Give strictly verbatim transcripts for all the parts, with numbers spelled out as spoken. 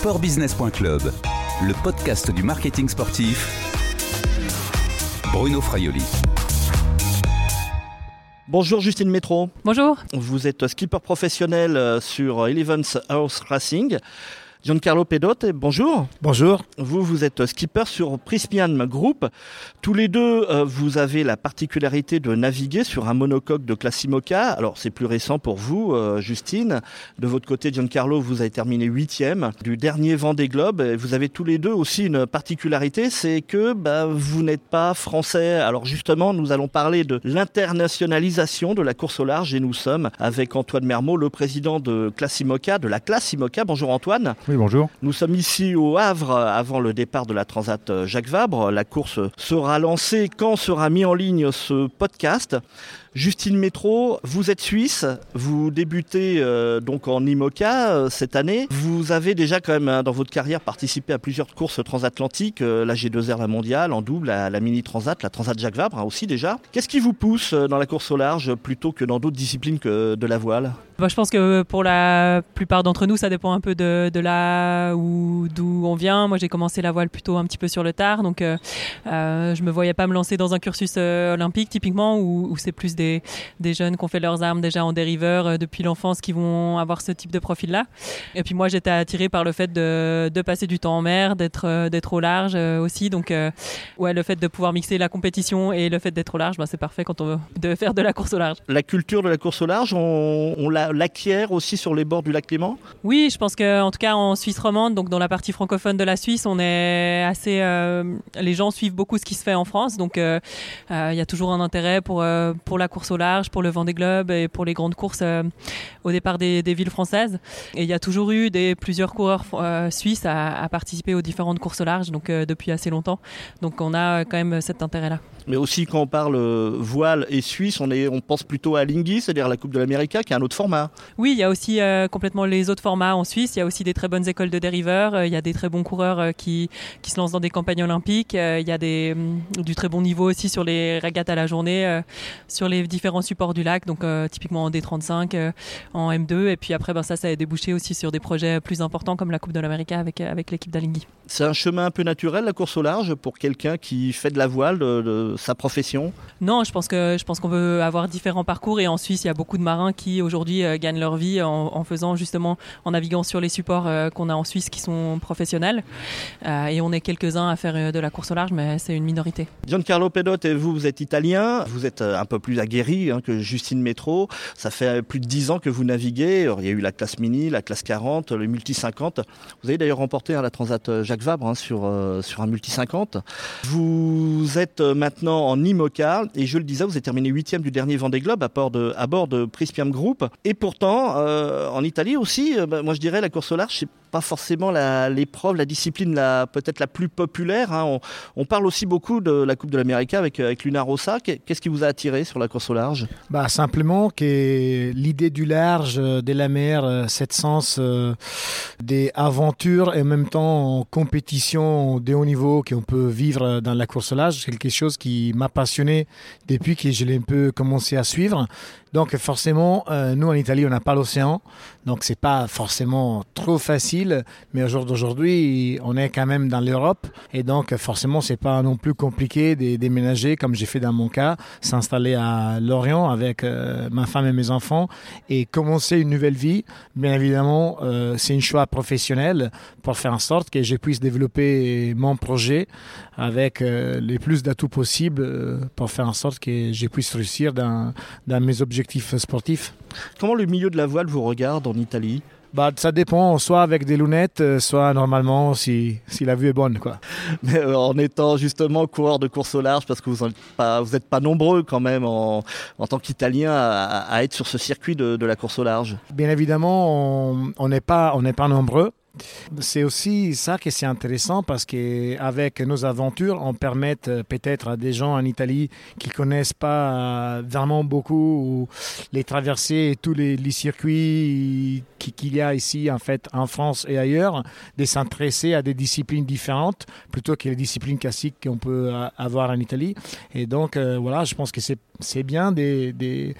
sportbusiness point club, le podcast du marketing sportif. Bruno Fraioli. Bonjour Justine Métro. Bonjour. Vous êtes skipper professionnel sur Eleventh House Racing. Giancarlo Pedotte, bonjour. Bonjour. Vous, vous êtes skipper sur Prysmian Group. Tous les deux, euh, vous avez la particularité de naviguer sur un monocoque de classe IMOCA. Alors, c'est plus récent pour vous, euh, Justine. De votre côté, Giancarlo, vous avez terminé huitième du dernier Vendée Globe. Et vous avez tous les deux aussi une particularité, c'est que bah, vous n'êtes pas français. Alors justement, nous allons parler de l'internationalisation de la course au large et nous sommes avec Antoine Mermot, le président de classe IMOCA, de la classe IMOCA. Bonjour Antoine. Oui, bonjour. Nous sommes ici au Havre avant le départ de la Transat Jacques Vabre. La course sera lancée quand sera mis en ligne ce podcast. Justine Métro, vous êtes suisse, vous débutez euh, donc en IMOCA euh, cette année. Vous avez déjà quand même hein, dans votre carrière participé à plusieurs courses transatlantiques, euh, la G deux R, la mondiale, en double, la, la mini transat, la Transat Jacques Vabre hein, aussi déjà. Qu'est-ce qui vous pousse dans la course au large plutôt que dans d'autres disciplines que de la voile ? Bah, je pense que pour la plupart d'entre nous, ça dépend un peu de, de là où d'où on vient. Moi, j'ai commencé la voile plutôt un petit peu sur le tard, donc euh, euh, je me voyais pas me lancer dans un cursus euh, olympique typiquement, où, où c'est plus des, des jeunes qui ont fait leurs armes déjà en dériveur euh, depuis l'enfance qui vont avoir ce type de profil-là. Et puis moi, j'étais attirée par le fait de, de passer du temps en mer, d'être, euh, d'être au large euh, aussi. Donc, euh, ouais, le fait de pouvoir mixer la compétition et le fait d'être au large, bah, c'est parfait quand on veut de faire de la course au large. La culture de la course au large, on, on la, l'acquiert aussi sur les bords du lac Léman ? Oui, je pense qu'en tout cas en Suisse romande, donc dans la partie francophone de la Suisse, on est assez, euh, les gens suivent beaucoup ce qui se fait en France, donc il euh, euh, y a toujours un intérêt pour euh, pour la course au large, pour le Vendée Globe et pour les grandes courses euh, au départ des, des villes françaises. Et il y a toujours eu des plusieurs coureurs euh, suisses à, à participer aux différentes courses au large, donc euh, depuis assez longtemps. Donc on a quand même cet intérêt-là. Mais aussi quand on parle voile et suisse, on est, on pense plutôt à l'Ingui, c'est-à-dire la Coupe de l'Amérique, qui est un autre format. Oui, il y a aussi euh, complètement les autres formats en Suisse. Il y a aussi des très bonnes écoles de dériveurs. Euh, il y a des très bons coureurs euh, qui qui se lancent dans des campagnes olympiques. Euh, il y a des euh, du très bon niveau aussi sur les régates à la journée, euh, sur les différents supports du lac. Donc euh, typiquement en D trente-cinq, euh, en M deux. Et puis après, ben ça, ça a débouché aussi sur des projets plus importants comme la Coupe de l'Amérique avec avec l'équipe d'Alinghi. C'est un chemin un peu naturel, la course au large, pour quelqu'un qui fait de la voile, de, de sa profession ? Non, je pense que je pense qu'on veut avoir différents parcours et en Suisse, il y a beaucoup de marins qui aujourd'hui euh, gagnent leur vie en, en faisant justement, en naviguant sur les supports euh, qu'on a en Suisse qui sont professionnels. Euh, et on est quelques-uns à faire euh, de la course au large, mais c'est une minorité. Giancarlo Pedotte, et vous, vous êtes italien, vous êtes un peu plus aguerri hein, que Justine Métro. Ça fait plus de dix ans que vous naviguez. Alors, il y a eu la classe mini, la classe quarante, le multi cinquante. Vous avez d'ailleurs remporté hein, la Transat Jacques Vabre hein, sur, euh, sur un multi cinquante. Vous êtes maintenant en IMOCA et je le disais, vous avez terminé huitième du dernier Vendée Globe à bord de, à bord de Prysmian Group. Et pourtant, euh, en Italie aussi, euh, bah, moi je dirais la course au large, c'est pas forcément la, l'épreuve, la discipline la, peut-être la plus populaire. Hein. On, on parle aussi beaucoup de la Coupe de l'Amérique avec, avec Luna Rossa. Qu'est-ce qui vous a attiré sur la course au large ? Bah, simplement que l'idée du large, de la mer, cette sens euh, des aventures et en même temps en compétition de haut niveau qu'on peut vivre dans la course au large, c'est quelque chose qui m'a passionné depuis que je l'ai un peu commencé à suivre. Donc forcément, euh, nous en Italie, on n'a pas l'océan, donc c'est pas forcément trop facile, mais au jour d'aujourd'hui, on est quand même dans l'Europe, et donc forcément, c'est pas non plus compliqué de déménager, comme j'ai fait dans mon cas, s'installer à Lorient avec euh, ma femme et mes enfants, et commencer une nouvelle vie. Bien évidemment, euh, c'est un choix professionnel pour faire en sorte que je puisse développer mon projet avec euh, les plus d'atouts possibles euh, pour faire en sorte que je puisse réussir dans, dans mes objectifs sportifs. Comment le milieu de la voile vous regarde en Italie ? Bah, ça dépend, soit avec des lunettes, soit normalement si, si la vue est bonne, quoi. Mais euh, en étant justement coureur de course au large, parce que vous n'êtes pas, vous êtes pas nombreux quand même en, en tant qu'Italiens à, à être sur ce circuit de, de la course au large. Bien évidemment, on n'est pas, on n'est pas nombreux. C'est aussi ça qui est intéressant parce qu'avec nos aventures, on permet peut-être à des gens en Italie qui ne connaissent pas vraiment beaucoup les traversées et tous les, les circuits qu'il y a ici en fait en France et ailleurs, de s'intéresser à des disciplines différentes plutôt que les disciplines classiques qu'on peut avoir en Italie. Et donc euh, voilà, je pense que c'est, c'est bien des, des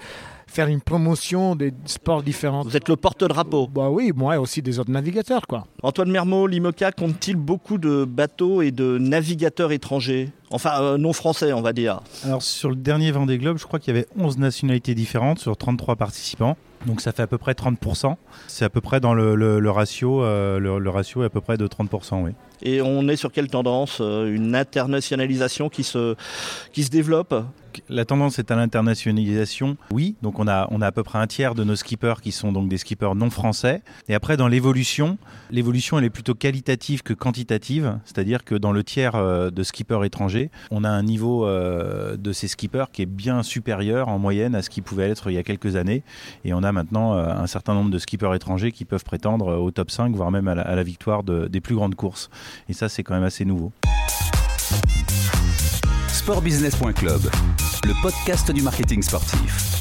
faire une promotion des sports différents. Vous êtes le porte-drapeau. Bah oui, moi aussi des autres navigateurs, quoi. Antoine Mermot, l'IMOCA compte-t-il beaucoup de bateaux et de navigateurs étrangers ? Enfin, euh, non français, on va dire. Alors, sur le dernier Vendée Globe, je crois qu'il y avait onze nationalités différentes sur trente-trois participants. Donc, ça fait à peu près trente pour cent. C'est à peu près dans le, le, le ratio. Euh, le, le ratio est à peu près de trente pour cent, oui. Et on est sur quelle tendance ? Une internationalisation qui se, qui se développe ? La tendance est à l'internationalisation, oui. Donc on a, on a à peu près un tiers de nos skippers qui sont donc des skippers non français. Et après, dans l'évolution, l'évolution elle est plutôt qualitative que quantitative. C'est-à-dire que dans le tiers de skippers étrangers, on a un niveau de ces skippers qui est bien supérieur en moyenne à ce qui pouvait être il y a quelques années. Et on a maintenant un certain nombre de skippers étrangers qui peuvent prétendre au top cinq, voire même à la, à la victoire de, des plus grandes courses. Et ça, c'est quand même assez nouveau. sportbusiness point club, le podcast du marketing sportif.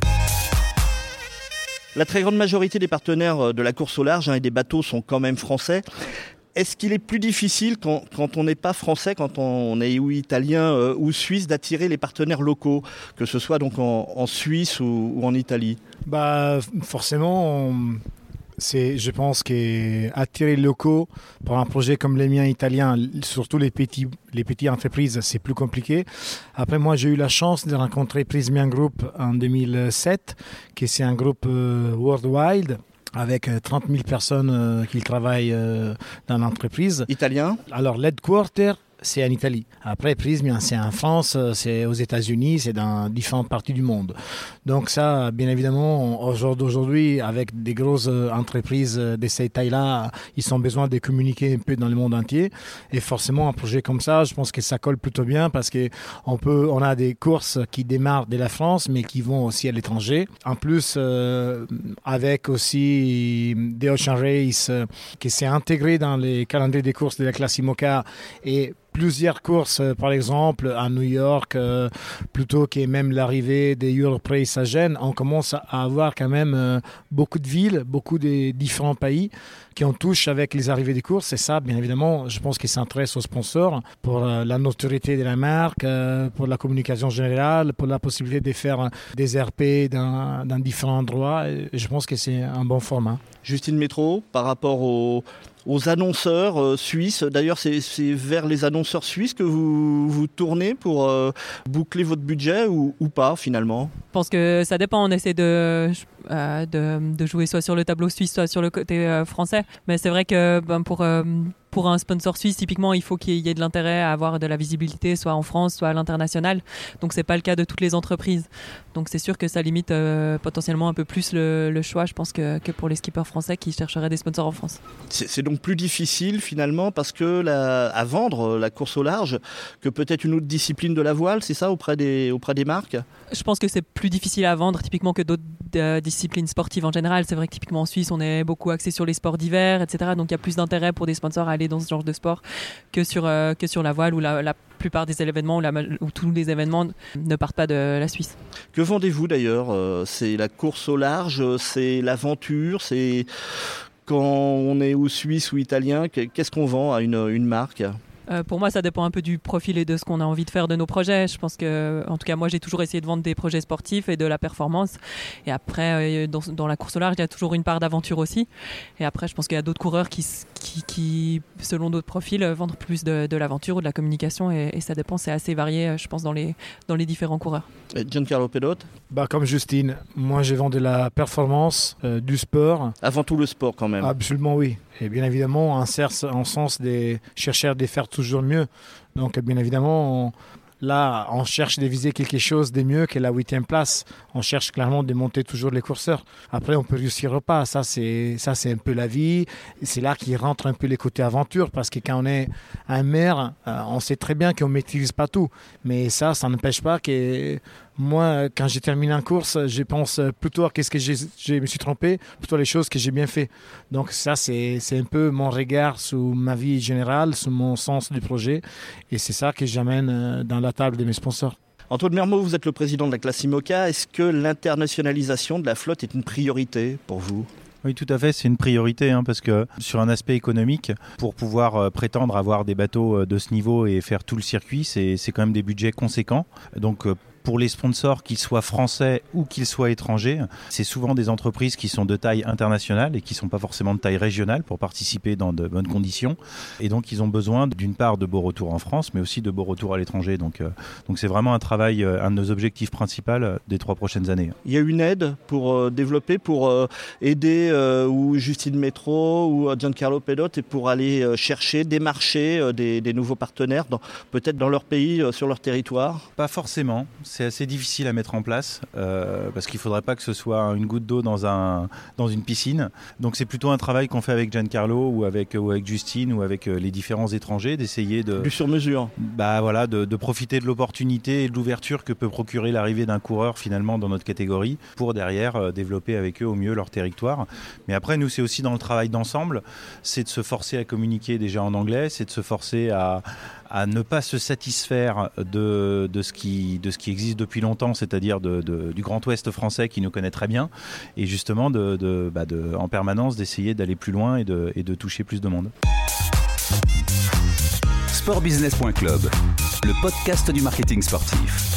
La très grande majorité des partenaires de la course au large hein, et des bateaux sont quand même français. Est-ce qu'il est plus difficile quand, quand on n'est pas français, quand on est ou italien euh, ou suisse, d'attirer les partenaires locaux, que ce soit donc en, en Suisse ou, ou en Italie ? Bah forcément... On... C'est, je pense qu'attirer les locaux pour un projet comme les miens italiens, surtout les petits, les petites entreprises, c'est plus compliqué. Après, moi, j'ai eu la chance de rencontrer Prysmian Group en deux mille sept, qui c'est un groupe euh, worldwide avec trente mille personnes euh, qui travaillent euh, dans l'entreprise. Italien ? Alors, l'headquarter, c'est en Italie. Après, Prysmian, c'est en France, c'est aux États-Unis, c'est dans différentes parties du monde. Donc ça, bien évidemment, aujourd'hui, avec des grosses entreprises de cette taille-là, ils ont besoin de communiquer un peu dans le monde entier. Et forcément, un projet comme ça, je pense que ça colle plutôt bien parce qu'on peut, on a des courses qui démarrent de la France, mais qui vont aussi à l'étranger. En plus, euh, avec aussi des Ocean Race euh, qui s'est intégré dans les calendriers des courses de la classe IMOCA et plusieurs courses, par exemple, à New York, euh, plutôt que même l'arrivée des Europe Race à Gênes, on commence à avoir quand même euh, beaucoup de villes, beaucoup de différents pays qui en touchent avec les arrivées des courses. Et ça, bien évidemment, je pense qu'ils s'intéressent aux sponsors pour euh, la notoriété de la marque, euh, pour la communication générale, pour la possibilité de faire des R P dans, dans différents endroits. Et je pense que c'est un bon format. Justine Métro, par rapport aux... aux annonceurs euh, suisses. D'ailleurs, c'est, c'est vers les annonceurs suisses que vous vous tournez pour euh, boucler votre budget ou, ou pas, finalement ? Je pense que ça dépend. On essaie de, euh, de, de jouer soit sur le tableau suisse, soit sur le côté euh, français. Mais c'est vrai que ben, pour... Euh, Pour un sponsor suisse, typiquement, il faut qu'il y ait de l'intérêt à avoir de la visibilité, soit en France, soit à l'international. Donc, c'est pas le cas de toutes les entreprises. Donc, c'est sûr que ça limite euh, potentiellement un peu plus le, le choix, je pense, que, que pour les skippers français qui chercheraient des sponsors en France. C'est, c'est donc plus difficile, finalement, parce que la, à vendre la course au large, que peut-être une autre discipline de la voile, c'est ça, auprès des, auprès des marques ? Je pense que c'est plus difficile à vendre, typiquement, que d'autres euh, disciplines sportives en général. C'est vrai que, typiquement, en Suisse, on est beaucoup axé sur les sports d'hiver, et cetera. Donc, il y a plus d'intérêt pour des sponsors à aller dans ce genre de sport que sur, euh, que sur la voile où la, la plupart des événements ou, la, ou tous les événements ne partent pas de la Suisse. Que vendez-vous d'ailleurs ? C'est la course au large, c'est l'aventure, c'est quand on est ou suisse ou italien, qu'est-ce qu'on vend à une, une marque ? Euh, pour moi, ça dépend un peu du profil et de ce qu'on a envie de faire de nos projets. Je pense que, en tout cas, moi, j'ai toujours essayé de vendre des projets sportifs et de la performance. Et après, euh, dans, dans la course au large, il y a toujours une part d'aventure aussi. Et après, je pense qu'il y a d'autres coureurs qui, qui, qui selon d'autres profils, vendent plus de, de l'aventure ou de la communication. Et, et ça dépend, c'est assez varié, je pense, dans les, dans les différents coureurs. Et Giancarlo Pedot ? Bah, comme Justine, moi, je vends de la performance, euh, du sport. Avant tout le sport, quand même. Absolument, oui. Et bien évidemment, en, en sens de chercher de faire toujours mieux. Donc, bien évidemment, on, là, on cherche de viser quelque chose de mieux que la huitième place. On cherche clairement de monter toujours les courseurs. Après, on peut réussir ou pas. Ça, c'est, ça, c'est un peu la vie. C'est là qu'il rentre un peu les côtés aventure. Parce que quand on est un maire, on sait très bien qu'on ne maîtrise pas tout. Mais ça, ça n'empêche pas que... Moi, quand j'ai terminé en course, je pense plutôt à qu'est-ce que j'ai, je me suis trompé, plutôt les choses que j'ai bien fait. Donc ça, c'est, c'est un peu mon regard sur ma vie générale, sur mon sens du projet. Et c'est ça que j'amène dans la table de mes sponsors. Antoine Mermot, vous êtes le président de la classe IMOCA. Est-ce que l'internationalisation de la flotte est une priorité pour vous ? Oui, tout à fait, c'est une priorité hein, parce que sur un aspect économique, pour pouvoir euh, prétendre avoir des bateaux euh, de ce niveau et faire tout le circuit, c'est, c'est quand même des budgets conséquents. Donc euh, pour les sponsors, qu'ils soient français ou qu'ils soient étrangers, c'est souvent des entreprises qui sont de taille internationale et qui ne sont pas forcément de taille régionale pour participer dans de bonnes conditions. Et donc, ils ont besoin d'une part de beaux retours en France, mais aussi de beaux retours à l'étranger. Donc, euh, donc c'est vraiment un travail, euh, un de nos objectifs principaux des trois prochaines années. Il y a une aide pour euh, développer, pour euh, aider euh, ou Justine Métro ou euh, Giancarlo Pedot et pour aller euh, chercher, démarcher euh, des, des nouveaux partenaires, dans, peut-être dans leur pays, euh, sur leur territoire? Pas forcément. C'est assez difficile à mettre en place euh, parce qu'il ne faudrait pas que ce soit une goutte d'eau dans, un, dans une piscine. Donc c'est plutôt un travail qu'on fait avec Giancarlo ou avec, ou avec Justine ou avec les différents étrangers, d'essayer de... Du sur-mesure. Bah voilà, de, de profiter de l'opportunité et de l'ouverture que peut procurer l'arrivée d'un coureur finalement dans notre catégorie pour derrière euh, développer avec eux au mieux leur territoire. Mais après, nous, c'est aussi dans le travail d'ensemble, c'est de se forcer à communiquer déjà en anglais, c'est de se forcer à... à ne pas se satisfaire de, de, ce qui, de ce qui existe depuis longtemps, c'est-à-dire de, de, du Grand Ouest français qui nous connaît très bien, et justement de, de, bah de, en permanence d'essayer d'aller plus loin et de, et de toucher plus de monde. sportbusiness point club, le podcast du marketing sportif.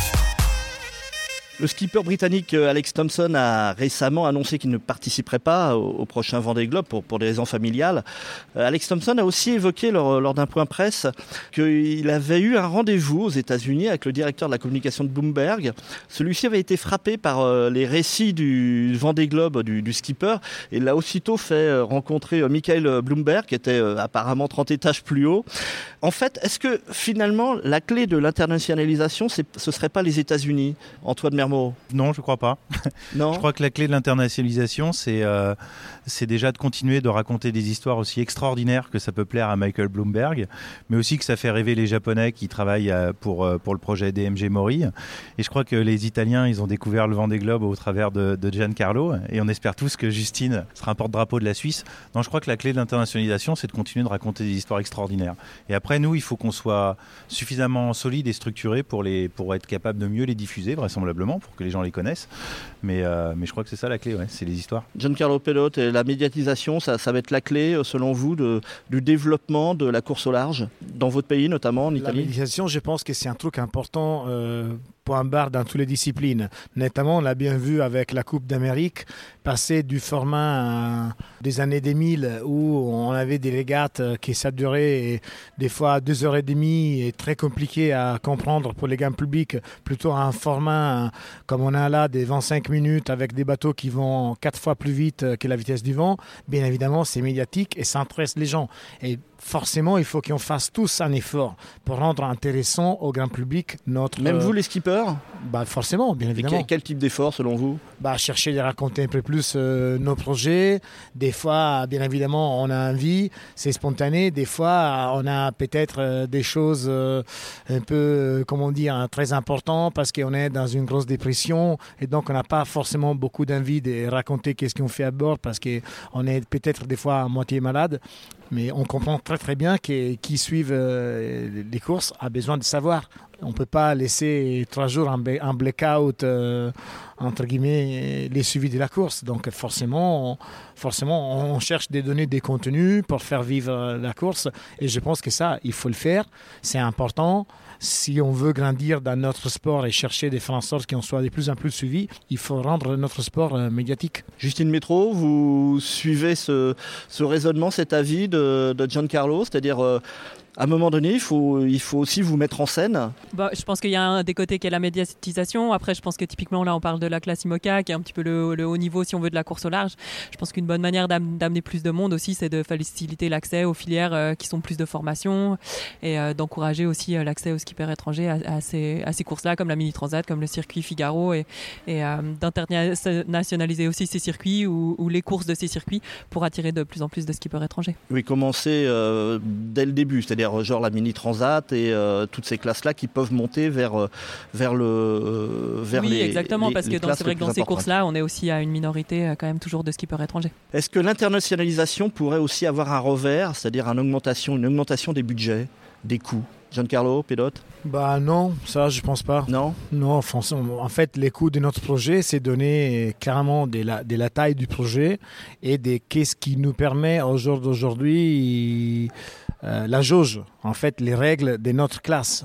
Le skipper britannique Alex Thomson a récemment annoncé qu'il ne participerait pas au, au prochain Vendée Globe pour, pour des raisons familiales. Euh, Alex Thomson a aussi évoqué lors, lors d'un point presse qu'il avait eu un rendez-vous aux États-Unis avec le directeur de la communication de Bloomberg. Celui-ci avait été frappé par euh, les récits du Vendée Globe du, du skipper et l'a aussitôt fait euh, rencontrer euh, Michael Bloomberg qui était euh, apparemment trente étages plus haut. En fait, est-ce que finalement la clé de l'internationalisation, c'est, ce ne serait pas les États-Unis, Antoine Mermeau? Non, je ne crois pas. Non. Je crois que la clé de l'internationalisation, c'est, euh, c'est déjà de continuer de raconter des histoires aussi extraordinaires que ça peut plaire à Michael Bloomberg, mais aussi que ça fait rêver les Japonais qui travaillent pour, pour le projet D M G Mori. Et je crois que les Italiens, ils ont découvert le Vendée Globe au travers de, de Giancarlo, et on espère tous que Justine sera un porte-drapeau de la Suisse. Non, je crois que la clé de l'internationalisation, c'est de continuer de raconter des histoires extraordinaires. Et après, nous, il faut qu'on soit suffisamment solide et structuré pour, les, pour être capable de mieux les diffuser, vraisemblablement, pour que les gens les connaissent. Mais, euh, mais je crois que c'est ça la clé, ouais, c'est les histoires. Giancarlo Pedot, et la médiatisation, ça, ça va être la clé, selon vous, de, du développement de la course au large, dans votre pays, notamment en Italie? La médiatisation, je pense que c'est un truc important, euh, point barre dans toutes les disciplines. Notamment, on l'a bien vu avec la Coupe d'Amérique, passer du format euh, des années deux mille où on avait des régates qui ça durait des fois deux heures et demie et très compliqué à comprendre pour les gammes publics, plutôt à un format euh, comme on a là des vingt-cinq minutes avec des bateaux qui vont quatre fois plus vite que la vitesse du vent. Bien évidemment, c'est médiatique et ça intéresse les gens. Et forcément, il faut qu'on fasse tous un effort pour rendre intéressant au grand public notre... Même vous, les skippers? Bah forcément, bien évidemment. Quel, quel type d'effort, selon vous? Bah, chercher à raconter un peu plus euh, nos projets. Des fois, bien évidemment, on a envie, c'est spontané. Des fois, on a peut-être euh, des choses euh, un peu, euh, comment dire, hein, très importantes parce qu'on est dans une grosse dépression et donc on n'a pas forcément beaucoup d'envie de raconter qu'est-ce qu'on fait à bord parce qu'on est peut-être des fois à moitié malade. Mais on comprend très très bien que qui suivent euh, les courses a besoin de savoir. On ne peut pas laisser trois jours en, en blackout, euh, entre guillemets, les suivis de la course. Donc forcément on, forcément, on cherche des données, des contenus pour faire vivre la course. Et je pense que ça, il faut le faire. C'est important. Si on veut grandir dans notre sport et chercher des faire en sorte qu'on soit de plus en plus suivis, il faut rendre notre sport euh, médiatique. Justine Métro, vous suivez ce, ce raisonnement, cet avis de, de Giancarlo, c'est-à-dire... Euh, à un moment donné, il faut, il faut aussi vous mettre en scène. Bah, je pense qu'il y a un des côtés qui est la médiatisation. Après, je pense que typiquement, là, on parle de la classe IMOCA, qui est un petit peu le, le haut niveau, si on veut, de la course au large. Je pense qu'une bonne manière d'am- d'amener plus de monde aussi, c'est de faciliter l'accès aux filières euh, qui sont plus de formation et euh, d'encourager aussi euh, l'accès aux skippers étrangers à, à, ces, à ces courses-là, comme la Mini Transat, comme le circuit Figaro, et, et euh, d'internationaliser aussi ces circuits ou, ou les courses de ces circuits pour attirer de plus en plus de skippers étrangers. Oui, commencer euh, dès le début, c'est-à-dire genre la Mini Transat et euh, toutes ces classes-là qui peuvent monter vers, euh, vers, le, euh, vers oui, les Oui, exactement, les, parce les que dans, c'est vrai que dans ces courses-là, on est aussi à une minorité euh, quand même toujours de skippers étrangers. Est-ce que l'internationalisation pourrait aussi avoir un revers, c'est-à-dire une augmentation, une augmentation des budgets, des coûts? Giancarlo Pedot? Bah non, ça je pense pas. Non Non, en fait, les coûts de notre projet, c'est donner clairement de la, de la taille du projet et de qu'est-ce qui nous permet au jour d'aujourd'hui euh, la jauge, en fait, les règles de notre classe.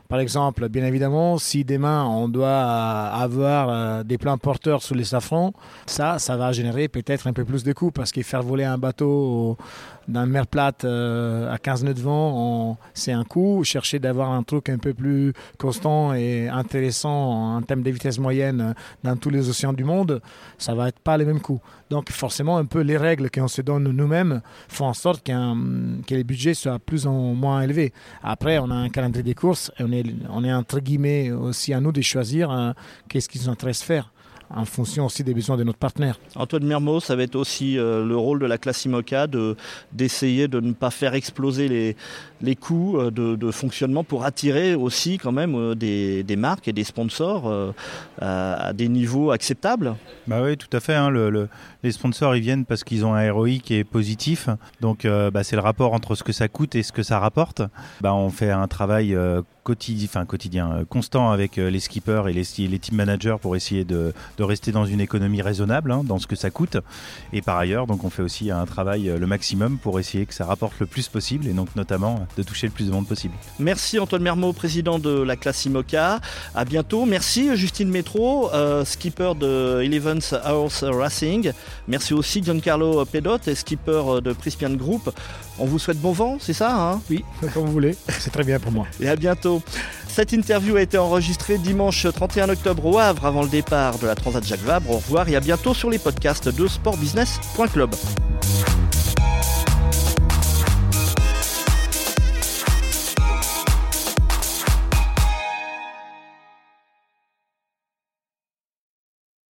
Par exemple, bien évidemment, si demain on doit avoir des plans porteurs sous les safrans, ça, ça va générer peut-être un peu plus de coûts parce que faire voler un bateau dans une mer plate à quinze nœuds de vent, on, c'est un coût. Chercher d'avoir un truc un peu plus constant et intéressant en termes de vitesse moyenne dans tous les océans du monde, ça va être pas les mêmes coûts. Donc forcément, un peu les règles qu'on se donne nous-mêmes font en sorte qu'un, que les budgets soient plus ou moins élevés. Après, on a un calendrier des courses et on est, on est entre guillemets aussi à nous de choisir hein, qu'est-ce qui nous intéresse faire, en fonction aussi des besoins de notre partenaire. Antoine Mermot, ça va être aussi euh, le rôle de la classe IMOCA de, d'essayer de ne pas faire exploser les, les coûts de, de fonctionnement pour attirer aussi quand même euh, des, des marques et des sponsors euh, à, à des niveaux acceptables. Bah oui, tout à fait. Hein, le, le, les sponsors, ils viennent parce qu'ils ont un R O I qui est positif. Donc, euh, bah, c'est le rapport entre ce que ça coûte et ce que ça rapporte. Bah, on fait un travail euh, quotidien, enfin, quotidien euh, constant avec euh, les skippers et les, les team managers pour essayer de, de rester dans une économie raisonnable hein, dans ce que ça coûte. Et par ailleurs, donc, on fait aussi un travail euh, le maximum pour essayer que ça rapporte le plus possible et donc notamment de toucher le plus de monde possible. Merci Antoine Mermot, président de la classe IMOCA. À bientôt. Merci Justine Métro, euh, skipper de Eleven Hours Racing. Merci aussi Giancarlo Pedot, skipper de Prispian Group. On vous souhaite bon vent, c'est ça hein? Oui, comme vous voulez. C'est très bien pour moi. Et à bientôt. Cette interview a été enregistrée dimanche trente et un octobre au Havre avant le départ de la Transat Jacques Vabre. Au revoir et à bientôt sur les podcasts de sport business point club.